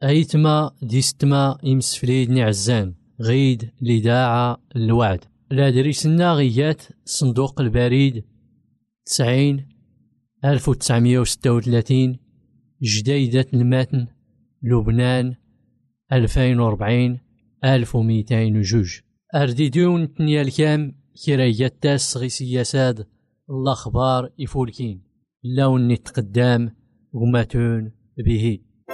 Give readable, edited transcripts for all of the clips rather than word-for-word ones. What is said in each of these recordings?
أيتما ديستما يمسفليد نعزان غيد لداعة الوعد لا دريسنا غيات صندوق البريد 90 1936 جديدة المتن لبنان 2040 1202 أرديدون تنيا الكام كرايات تاس غي سياساد الأخبار يفولكين لون نتقدام وماتون به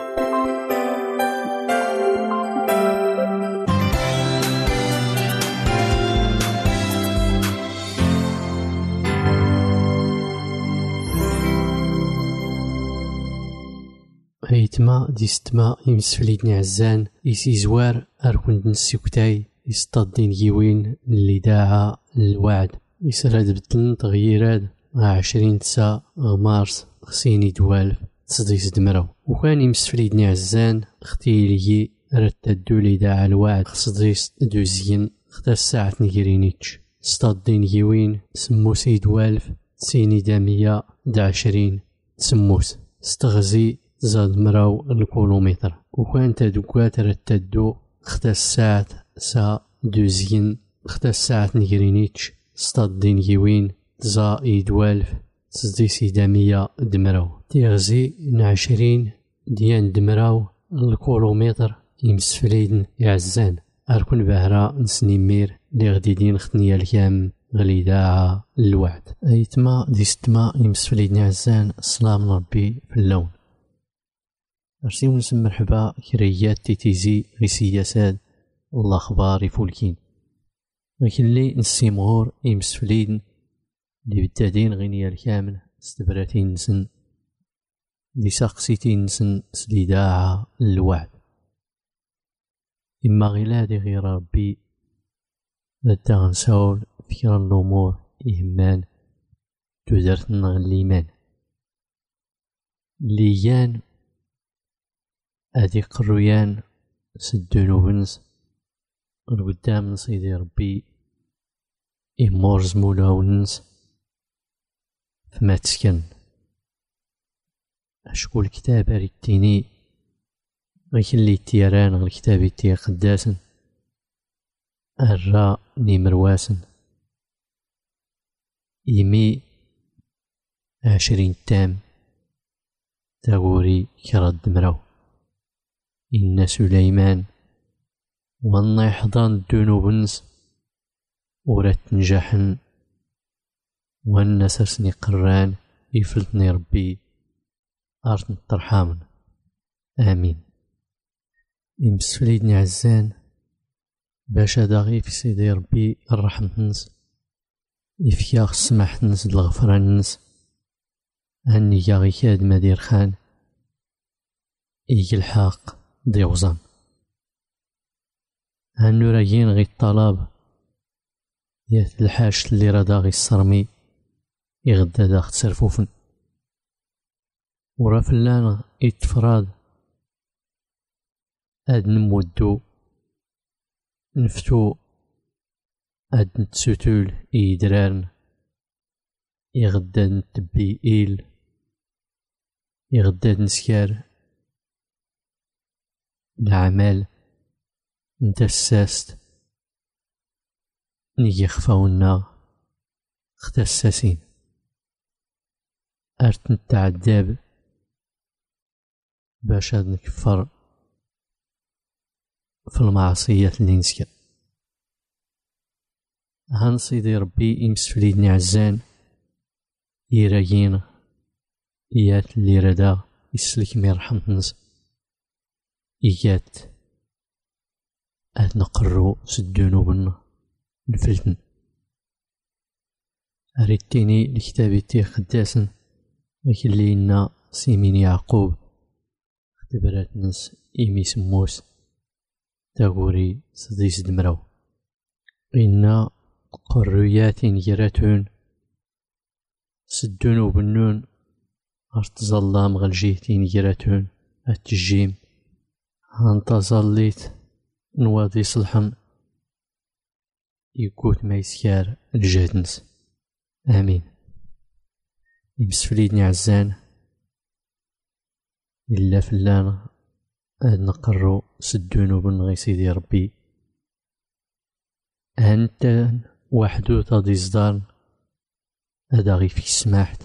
هيتما ديستما يمسفليدني عزان يسي زوار أركن نسيكتاي يستضين جيوين اللي داعا الوعد يسرد بدلن تغييرات 20/9 خسيني دوالف تصديس دمرو وكان يمسفليدني عزان اختي لي رتدو لي داعا الوعد خصديس دوزين ختا الساعة نجرينيتش استضين جيوين سموسي دوالف سيني دامية 20 سموس استغزي زاد مراو الكيلومتر وكان تدوكات رتدو ختا الساعة دوزين ختا الساعة نجرينيتش استضين جيوين تزا يدوالف تزديسي دامية دمراو تيغزي 20 ديان دمراو الكيلومتر يمسفليدن يعزان أركن بهرا نسنيمير لي غديدين ختنيا الكام غليداعة الوعد أيتما ديستما يمسفليدن يعزان السلام ربي في اللون أرسي ونسم مرحبا كريات تيتيزي غي سياسات الأخبار يفولكين لكن لي نسيمغور يمسفليدن لي بدادين غينيا الكامل استبراتين نسن لي ساقسيتين نسن سليداعة الوعد إما غيلادي غير ربي لدا غنساول فكرا الأمور إهمان تدرتنا الإيمان ليان هادي قرويان سدون وبنس القدام سيدي ربي إمور زمولا ونس فما تسكن أشكو الكتاب ريتيني غيكن لي تيران غير الكتاب تي قداسن الراء نيمرواسن يمي 20 تام تاغوري كرد مراو إن سليمان وانا يحضان دونوبنس ورات نجاحن وانا سرسني قران يفلتني ربي أرض الترحامن آمين يمسفليدني عزان باش داغي في سيدي ربي الرحمتنس يفياغ السماحتنس الغفراننس هني ياغي كاد مدير خان يجي الحاق ديوزان هنو راجين غي الطلاب يات الحاش اللي رادا غي الصرمي يغدا داخل سرفوفن ورا فلان يتفراد اد نمودو نفتو اد نتسوتول يدرارن يغدا نتبي إيل يغدا نسكار العمل نتساست نيجي خفاونا اختساسين أرت نتعذب باش هاد نكفر في المعصية اللي نسكا هان سيدي ربي يمسفليدني عزان يراجين إيات اللي ردا يسلك ميرحمتنس إيات أد نقرو سدونوبن نفلتن أريتيني لكتابي تي قداسن لكن لينا سيمين يعقوب اختبرات نس إيمي سموس تاغوري صديس دمراو إنا قريات جراتون سدون بنون ارتظلام غالجيتين جراتون التجيم هانتظليت نواضي صلحن يكوت ما يسكار الجهدنس آمين يمسفليدني عزان إلا فلان هاد نقرو سدونوب غي سيدي ربي أنت وحدو تادي صدار هذا غي فيك سماحت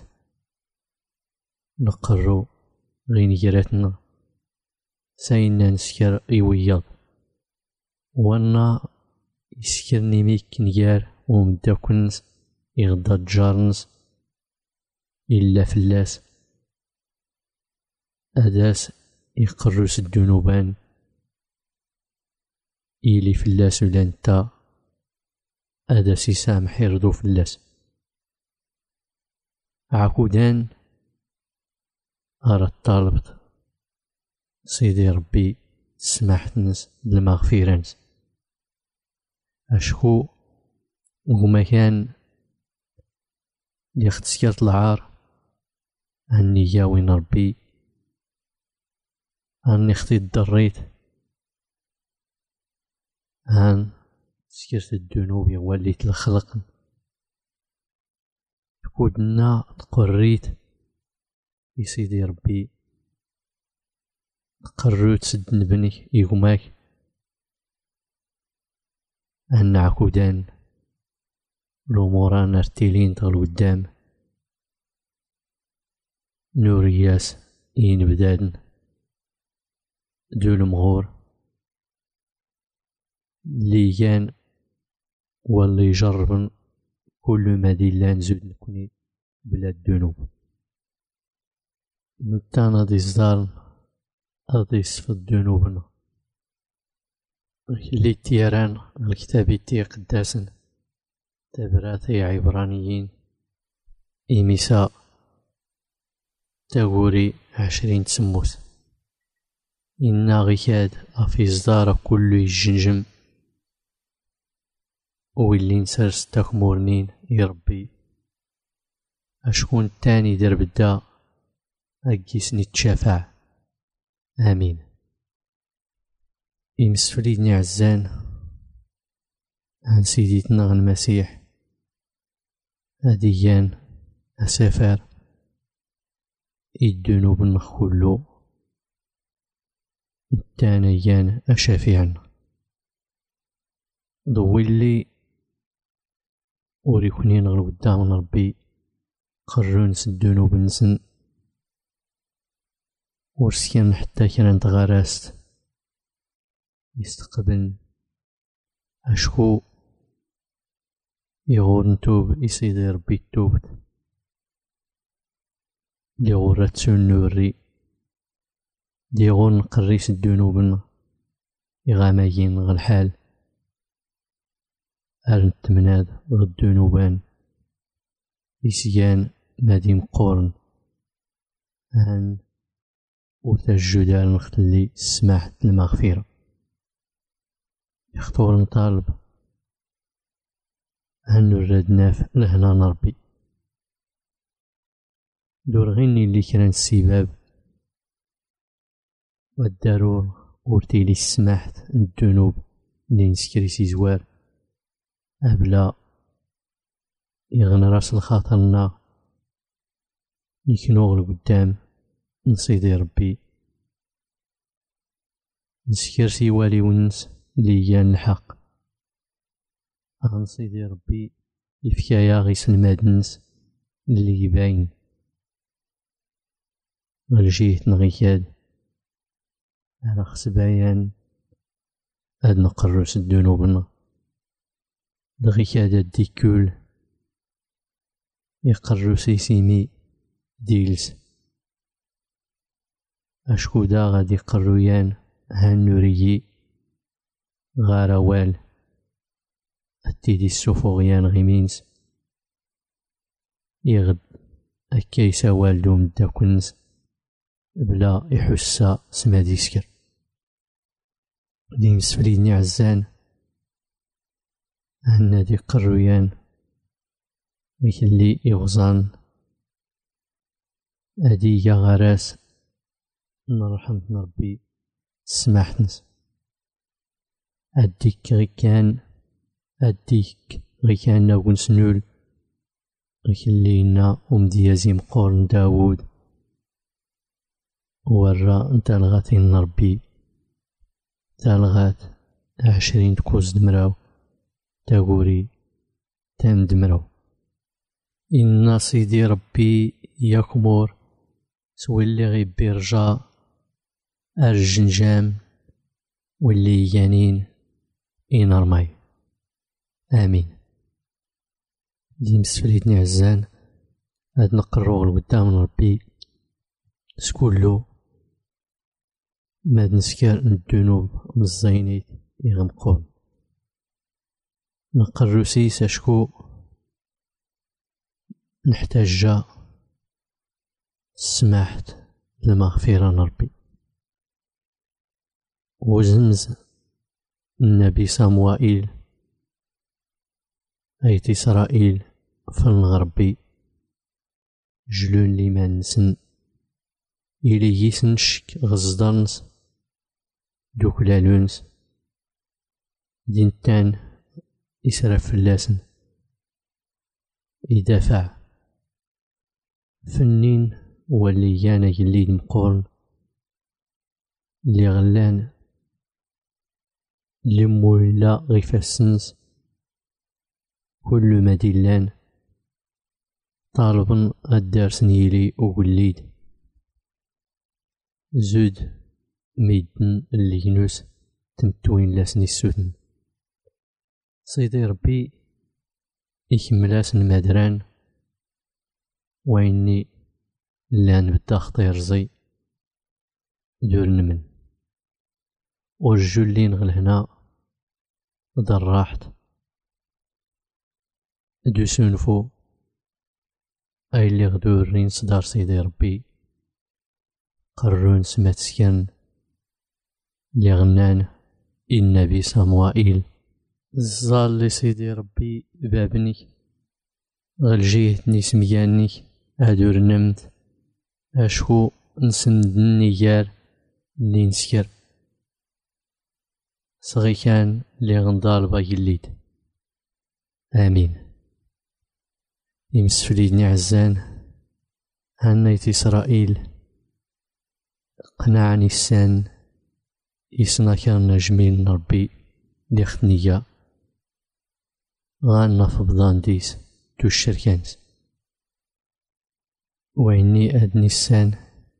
نقرو غي نجراتنا ساينا نسكر إيوياض وانا يسكرني ميك نجار ومداكنس يغدا تجارنس إلا فلاس أداس يقرو سدونوبان إلي فلاس ولا نتا أداس يسامح يردو فلاس عكودان أرى طالبت سيدي ربي سمحتنس بالمغفرانس أشكو وما كان ليخت سكرت العار أني ياوين ربي أني اختي الدريت أن سكرت الذنوب وليت الخلق كودنا تقريت يا سيدي ربي تقررت سد نبنك يغماك أن عكودان الأموران ارتيلين تغل قدام نورياس ينبدادن دول مغور اللي كان واللي يجربن كل ما ديلان زود نكوني بلا الذنوب نتانا دي صدارن أغدي صفت ذنوبنا اللي تيران الكتاب تي قداسن تبراتي عبرانيين إميساء تاغوري 20 تسموس إنا غيكاد أفي صدار كل يجنجم ويلي نسرس تاكمورنين يا ربي أشكون تاني درب الدا أجيسني تشافع آمين. إمسفليدني عزان عن سيديتنا المسيح هديان أسافر الذنوب نخلو التانيان أشافعن ضويلي وريكوني نغلو قدام ربي قرونس الذنوب نسن ورسكن حتى كان تغارست يستقبل أشكو يغور نتوب يسيدي ربي توبت ليغور راتسون نوري ليغور نقريس الذنوبنا يغاماين غالحال أرنت مناد غالذنوبان يسيان مادي مقورن أن وتجدال نختلي سماحة المغفرة يختور نطالب أن نرد ناف لهنا نربي دور غيني اللي كان السباب والدارور ورتيلي سماحة الذنوب اللي نسكري سيزوار أبلا يغنى راس الخاطرنا يكنوغ لقدام نصيدي ربي نسكر سيوالي ونس ليان الحق غنصيدي ربي يفكايا غيس المادنس اللي يباين غالجيت نغيكاد على خسبايان هاد نقرس الذنوبنا دغيكاد الديكول يقرس يسيمي ديلس أشكو دا غادي قرويان هانوريي غاروال التيدي السفوغيان غيمينس يغد أكيسا والدو مداكنس بلا يحسا سمادي سكر ديم سفريدني عزان هنادي قرويان غيك اللي يغزان أدي يا غراس نرحمت ربي سماحتنس أديك غيكان ناون سنول غيك اللي نا ومديازي مقورن داود ورا انت الغاتين ربي تالغات 20 تكوز دمراو تاقوري تام دمراو. إن سيدي ربي يكمر سوي اللي غيبي رجا الجنجام واللي يانين إنرماي. آمين. ديم سفليتني عزان هاد نقرو لقدام من ربي سكولو ماد نسكر الذنوب مزينيت يغمقون نقرو سيس أشكو نحتاج سماحت المغفرة من ربي. وزنز النبي صموئيل أيت إسرائيل فالغربي جلون لي ما نسن إلي يسنشك غزدانس دوكلالونس دينتان إسراف فلاسن يدافع فنين وليانا يليد مقورن لي غلان لي مولا غيفاسنس كل ما ديلان طالبا الدارس نيلي وقليد زود ميدن اللينوس تمتوين لاسني السودن. سيدي ربي يكملاس المدران ويني لان بالداخط يرزي دور نمن والجولين غلهنا ضراحت دو سنفو أي اللي غدورين صدار سيدي ربي قرون سمات سكن اللي غنان النبي صموئيل زال لي سيدي ربي بابني غالجيهتني سمياني هادور نمت أشكو نسند النيار اللي نسكر صغي كان اللي غنضال باقي الليد. آمين. يمسفليدني عزان هنيت إسرائيل قنعني السان يسنا كان جميل ربي اللي ختنيا غانا فبضان ديس دو الشركانس وإني أدني السان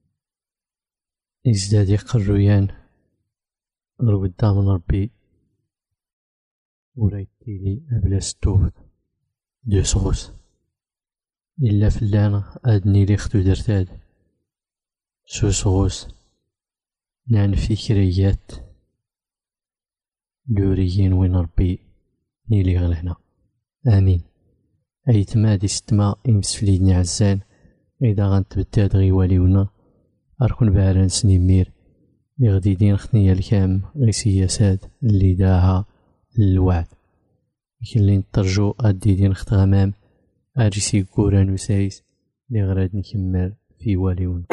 إزداد يقرويان غير قدام ربي ورايتيلي أبلا ستوفد دو صغوص إلا فلانا أدني لي ختو درتاد سو صغوص نعن فكريات دوريين وين ربي نيلي غلهنا. آمين. أيتما دي ستما إمسفليدني عزان إذا غنتبتاد غيواليونا أركون بعران سنيمير لغديدين خطنيا الكام غي سياسات اللي داها الوعد اللي نترجو أديدين خط غمام أجيسي كوران وسايس لغراد نكمل في واليون.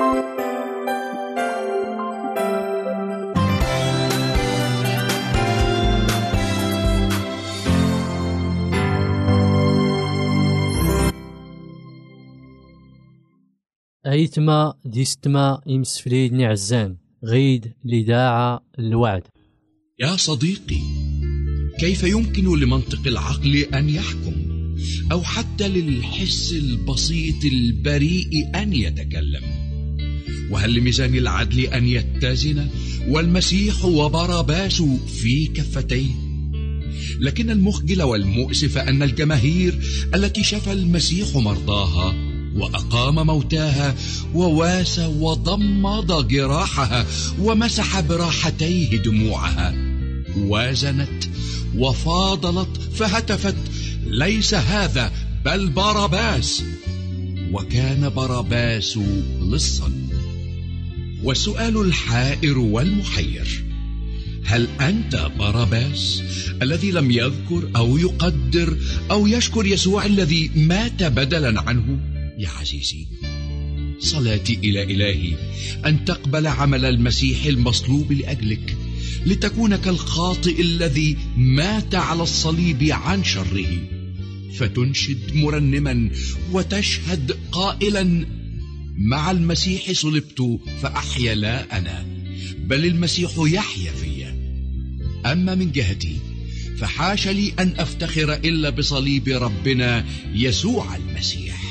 أيتما ديستما يمسفليدني عزان غيد لداعة الوعد. يا صديقي، كيف يمكن لمنطق العقل أن يحكم أو حتى للحس البسيط البريء أن يتكلم؟ وهل لميزان العدل أن يتزن والمسيح وبراباس في كفتيه؟ لكن المخجل والمؤسف أن الجماهير التي شفى المسيح مرضاها وأقام موتاها وواسى وضمد جراحها ومسح براحتيه دموعها وازنت وفاضلت فهتفت: ليس هذا بل باراباس. وكان باراباس لصا. والسؤال الحائر والمحير: هل أنت باراباس الذي لم يذكر أو يقدر أو يشكر يسوع الذي مات بدلا عنه؟ يا عزيزي، صلاتي إلى إلهي أن تقبل عمل المسيح المصلوب لأجلك لتكون كالخاطئ الذي مات على الصليب عن شره، فتنشد مرنما وتشهد قائلا: مع المسيح صلبت فأحيا لا أنا بل المسيح يحيا فيا. أما من جهتي فحاش لي أن أفتخر إلا بصليب ربنا يسوع المسيح.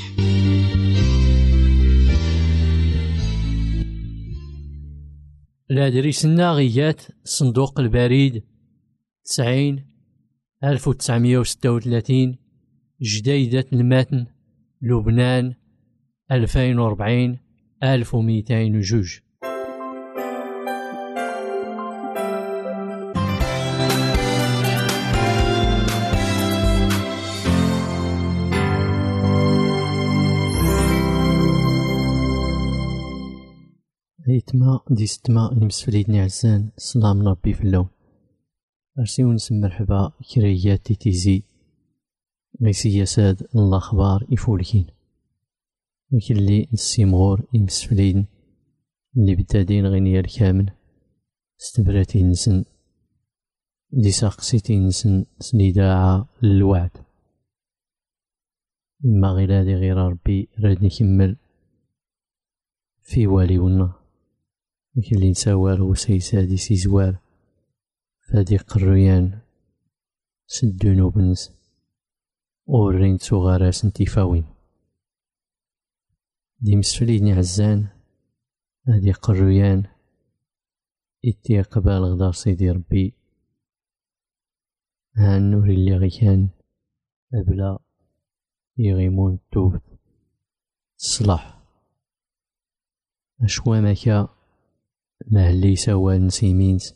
الأدريسنا غيات صندوق البريد 90-1936 جديدة المتن لبنان 2040-1202. هيتما ديستما يمسفليدني عزان صلاة من ربي في اللون أرسي ونسم مرحبا كريات تيتيزي غيسي يساد الله أخبار يفولكين لكن اللي نسيمغور يمسفليدن اللي بدادين غينيا الكامل استبراتي نسن دي ساقسيتي نسن سنيداعا للوعد إما غير غير ربي راد نكمل في واليونا لكن اللي نساوار هو سيسادي سيزوار فادي قرويان سدونو بنز ورين صغاراس انتفاوين دي مسفليني عزان هادي قرويان اتي قبال غدار سيدي ربي ها النور اللي غيكان أبلا يغيمون توبت الصلاح أشوا مكا مهلي سوا نسيمينز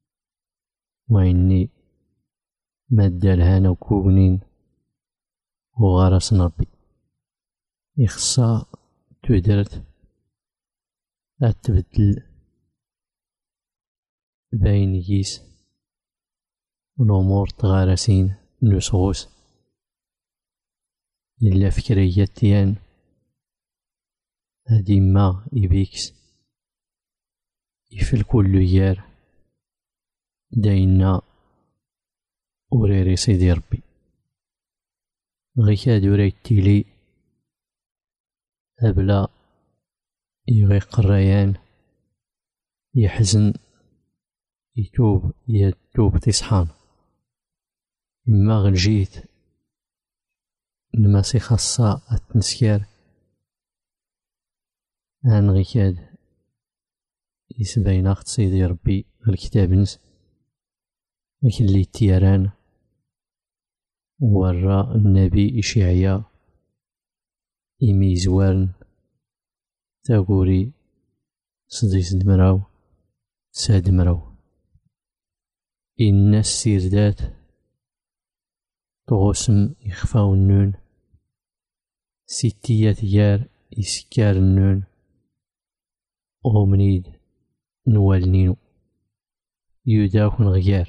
وإني مادة الهانا وكوبنين وغارس ربي يخصا تودرت أتبدل بين ييس الأمور تغارسين نسغوس إلا فكرياتيان هادي ما يبيكس يفل كل يار داينا وريري سيدي ربي غيكاد وريتيلي أبلا يغيق الريان يحزن يتوب تصحان إما غنجيت نماسي خاصة التنسكار هان غيكاد يسباين أخت سيدي ربي الكتاب نس لكن اللي تيران ورا النبي إشعيا إميزوارن تاقوري صديس دمراو ساد مراو إن السيردات تغسم إخفاو النون ستيات يار إسكار النون أومنيد نوالنينو يداوكن غيار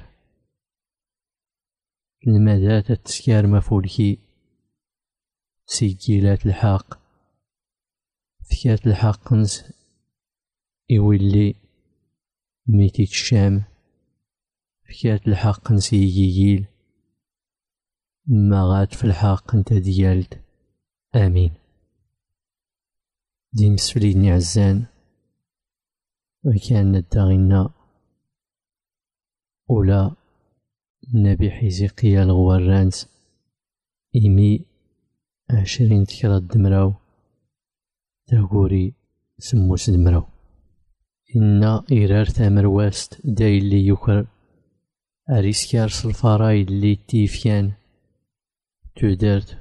المدات التسكار مفولكي سجيلات الحاق فكات الحاق نس يولي ميتيت الشام فكات الحاق نس يجيجيل ما غاد في الحاق انت ديالت آمين. دي مسفليدني عزان وكان نداغينا أولا نبي حزقيا الغوارانس إيمي 20 تكرا دمراو تاقوري سموس دمراو إنا إرار تامرواست داي اللي يكر أريسكار صلفاراي اللي تيفيان تودرت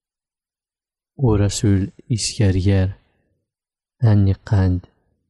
ورسول إسكاريار هاني قاند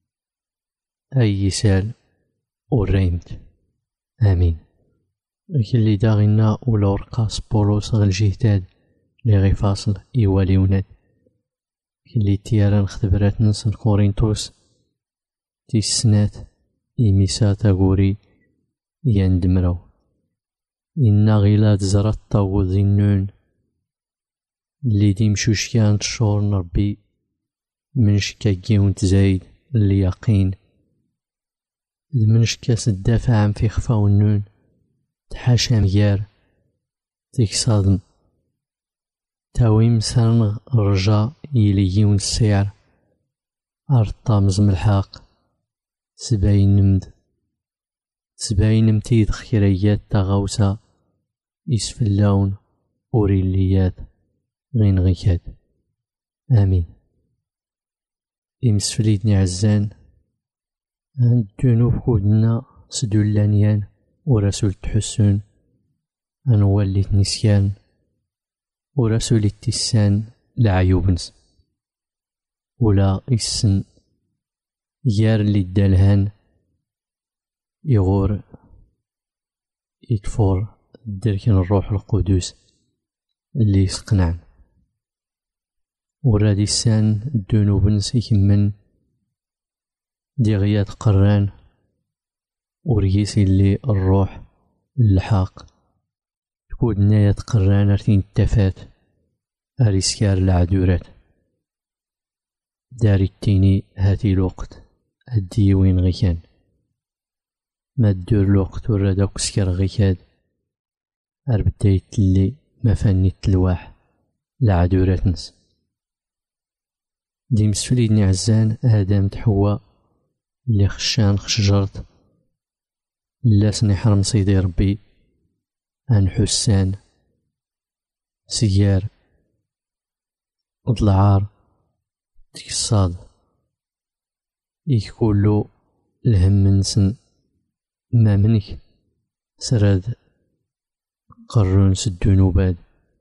أي سال وريمت آمين. اللي داغينا ولورقاس بولوس غالجيهتاد لي غي فاصل إيواليونات اللي تياران خدبرات نصر كورينتوس تيسنات إيميسا تاقوري يندمراو إنا غيلاد زرات طاو ذنون اللي ديمشوش كانت شور نربي من شكاكيون تزايد اللي يقين من شكاس الدافع عن في خفاو النون تحاشا ميار تيك صادم تاويم سرنغ رجا يليون السير أرطا مزم الحاق سباين نمد سبعين متيد خيريات تغوسا يسفل اللون أوريليات غين غيكاد. آمين. إمسفليدني عزان عند الجنوب كودنا سدولانيان ورسول تحسن أنوالي نسيان ورسول التسان لعيوبنس ولا إسن يار اللي دالهان يغور يتفور دركن الروح القدس اللي يسقنعن ورادي السان الدنوبنس يكمن ديغيات قران وريس اللي الروح الحاق تكود ناية قران ارتين التفات اريسكار العدورات داري التيني هاتي الوقت هدي وين غيكان ما تدور الوقت ورادوك سكر غيكاد اربدايت اللي ما فاني تلواح العدورات نس دي مسفليدني عزان آدم تحوى اللي خشان خشجرت لاسني حرم سيدي ربي عن حسان سيار العار تكصاد يكولو الهم نسن ما منك سراد قرون سدونو باد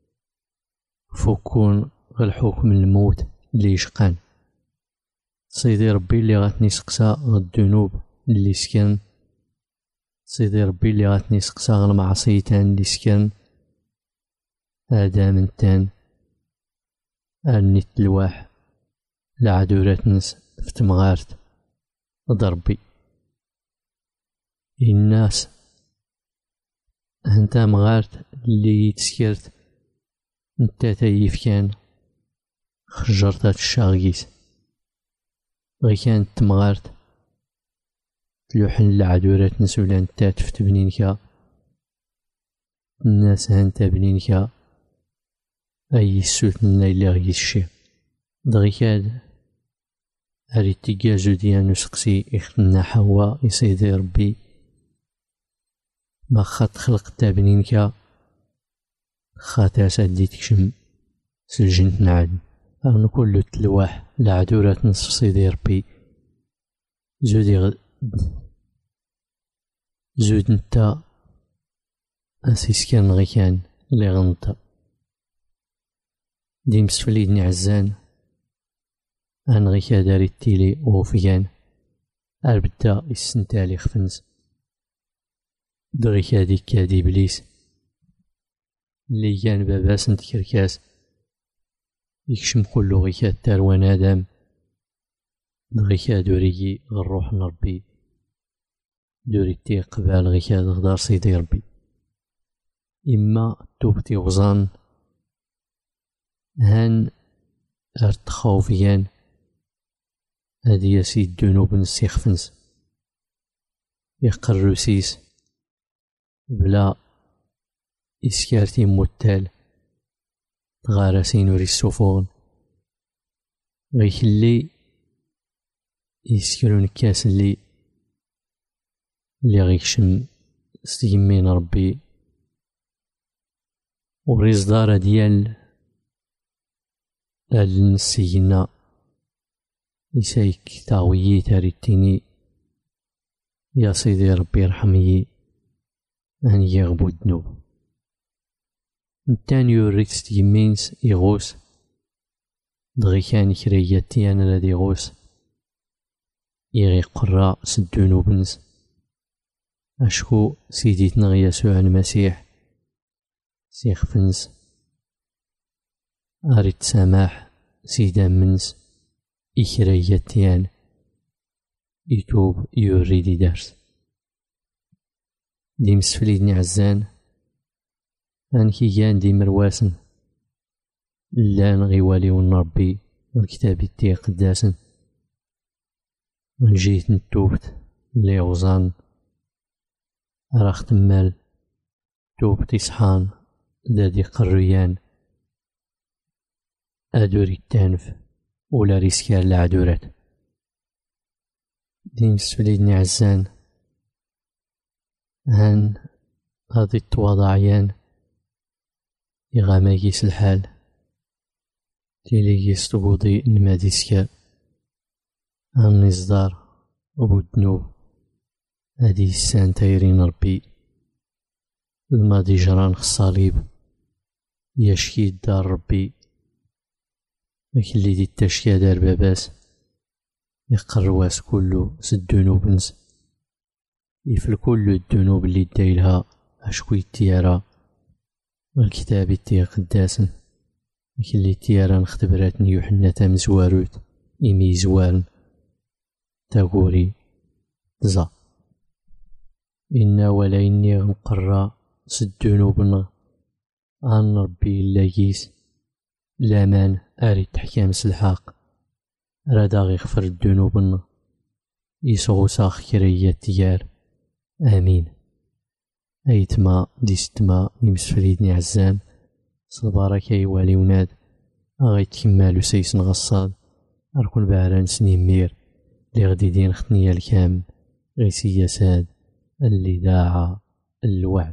فكون غالحكم الموت اللي يشقان سيدي ربي اللي غاتني سقسا الذنوب اللي سكن سيدي ربي اللي غاتني سقسا المعصيتان اللي سكن آدم انتان أني تلواح العدورات نس فتمغارت ضربي الناس انت مغارت اللي تسكرت انت تايف كان خجرتات الشاغيس غي كانت تمغارت تلوحن العدورات نسولان تاتفت بنينكا الناس هانتا بنينكا اي السوتن اللي غي الشي دغيكاد هاري تيجازو ديال نسقسي إختنا حواء يسيدي ربي ما خط خلق تابنينكا خاتا سادي تكشم سلجنت نعد أغنو كلو تلواح لعدورات نصف سيدي ربي زود نتا أسيس كان غيكان لي غنطا دي مسفليدني عزان أنغيكا داري التيلي وفيان أربدا السنتالي خفنز دغيكا ديكا دي بليس اللي كان باباس نتكركاس يكشم كلو غيكا تاروان آدم دغيكا دوريكي غروح نربي دوريتي قبال غيكا دغدار سيدي ربي إما توبتي وزان هان ارتخوفيان هادي يا سيد دونوب نسيخفنس يقرو سيس بلا إسكارتي موتال تغارسين وري السفون غيخلي يسكرون كاس اللي غيكشم ستيمين ربي وريز دارا ديال النسينا يسايك تاويي تاريتيني يا سيدي ربي ارحمي أن يغبو الذنوب نتان يوريت ستيمينس يغوس دغي كان كرياتيان لدي يغوس يغي قرا سدونوب نس أشكو سيديتنا يسوع المسيح سيخفنس أريد سماح سيدا منس إكرياتيان يتوب يوريدي درس دي مسفليدني عزان أنكي كان دي مرواسن لان غيوالي ونربي والكتاب يتي قداسن ونجيت نتوبت لي غزان راح تمال توبتي صحان دادي قريان أدوري التانف ولا ريسكار العدورات. دي مسفليدني عزان هان غادي التواضعيان يغاميس الحال تيلي يستبوضي نماديسكا هان نصدار أبو الذنوب هادي السان تايرين ربي الماضي جران الصليب يشكي دار ربي لكن اللي دي التشكي دار باباس يقرواس كله سدونوب نس يفل كل الذنوب اللي دايلها اشكوي التيارة والكتاب التي قداسن لكن اللي التيارة نختبراتني يوحنا تامزواروت إيمي زوارن تاغوري تزا إنا ولا إني غنقرى سدونوبنا عن ربي اللاجيس لامان أريد تحكام سلحاق رادا غيغفر الذنوبنا يسغو ساخ كريا تيار آمين. أيتما ديستما يمسفريدني عزان صبارك يوالي وناد أغيت كمالو سيسن غصاد أركون بعران سنين مير لي غدي دين ختنيا الكام غيسي يساد اللي داعا الوعد.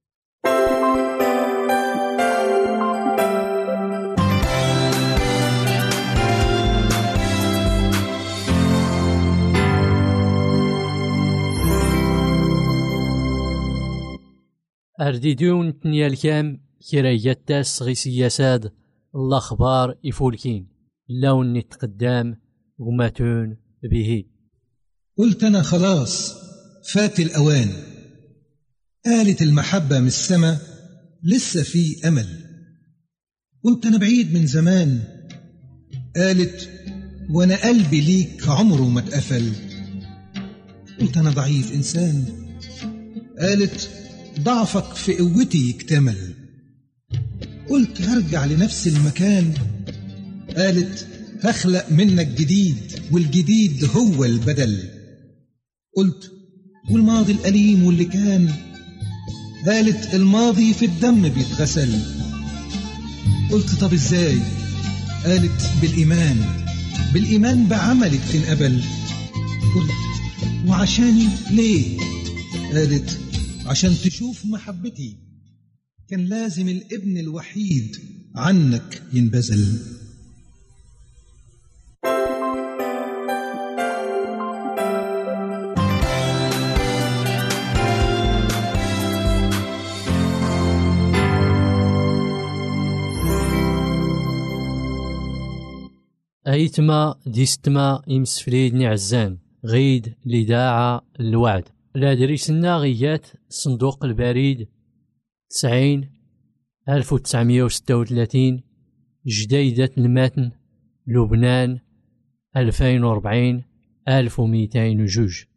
أرديدون تنيا الكام كرايات تاس غيسي يساد الأخبار يفولكين لون نتقدام وماتون به. قلت أنا خلاص فات الأوان، قالت المحبة من السما لسه في أمل. قلت أنا بعيد من زمان، قالت وأنا قلبي ليك عمره ما اتقفل. قلت أنا ضعيف إنسان، قالت ضعفك في قوتي يكتمل. قلت هرجع لنفس المكان، قالت هخلق منك جديد والجديد هو البدل. قلت والماضي الأليم واللي كان، قالت الماضي في الدم بيتغسل. قلت طب ازاي؟ قالت بالإيمان بعملك تنقبل. قلت وعشاني ليه؟ قالت عشان تشوف محبتي كان لازم الابن الوحيد عنك ينبذل. أيتما ديستما يمسفليدني عزان غيد لداعة الوعد. لا دريسنا غيات صندوق البريد 90-1936 جديدة المتن لبنان 2040-1202.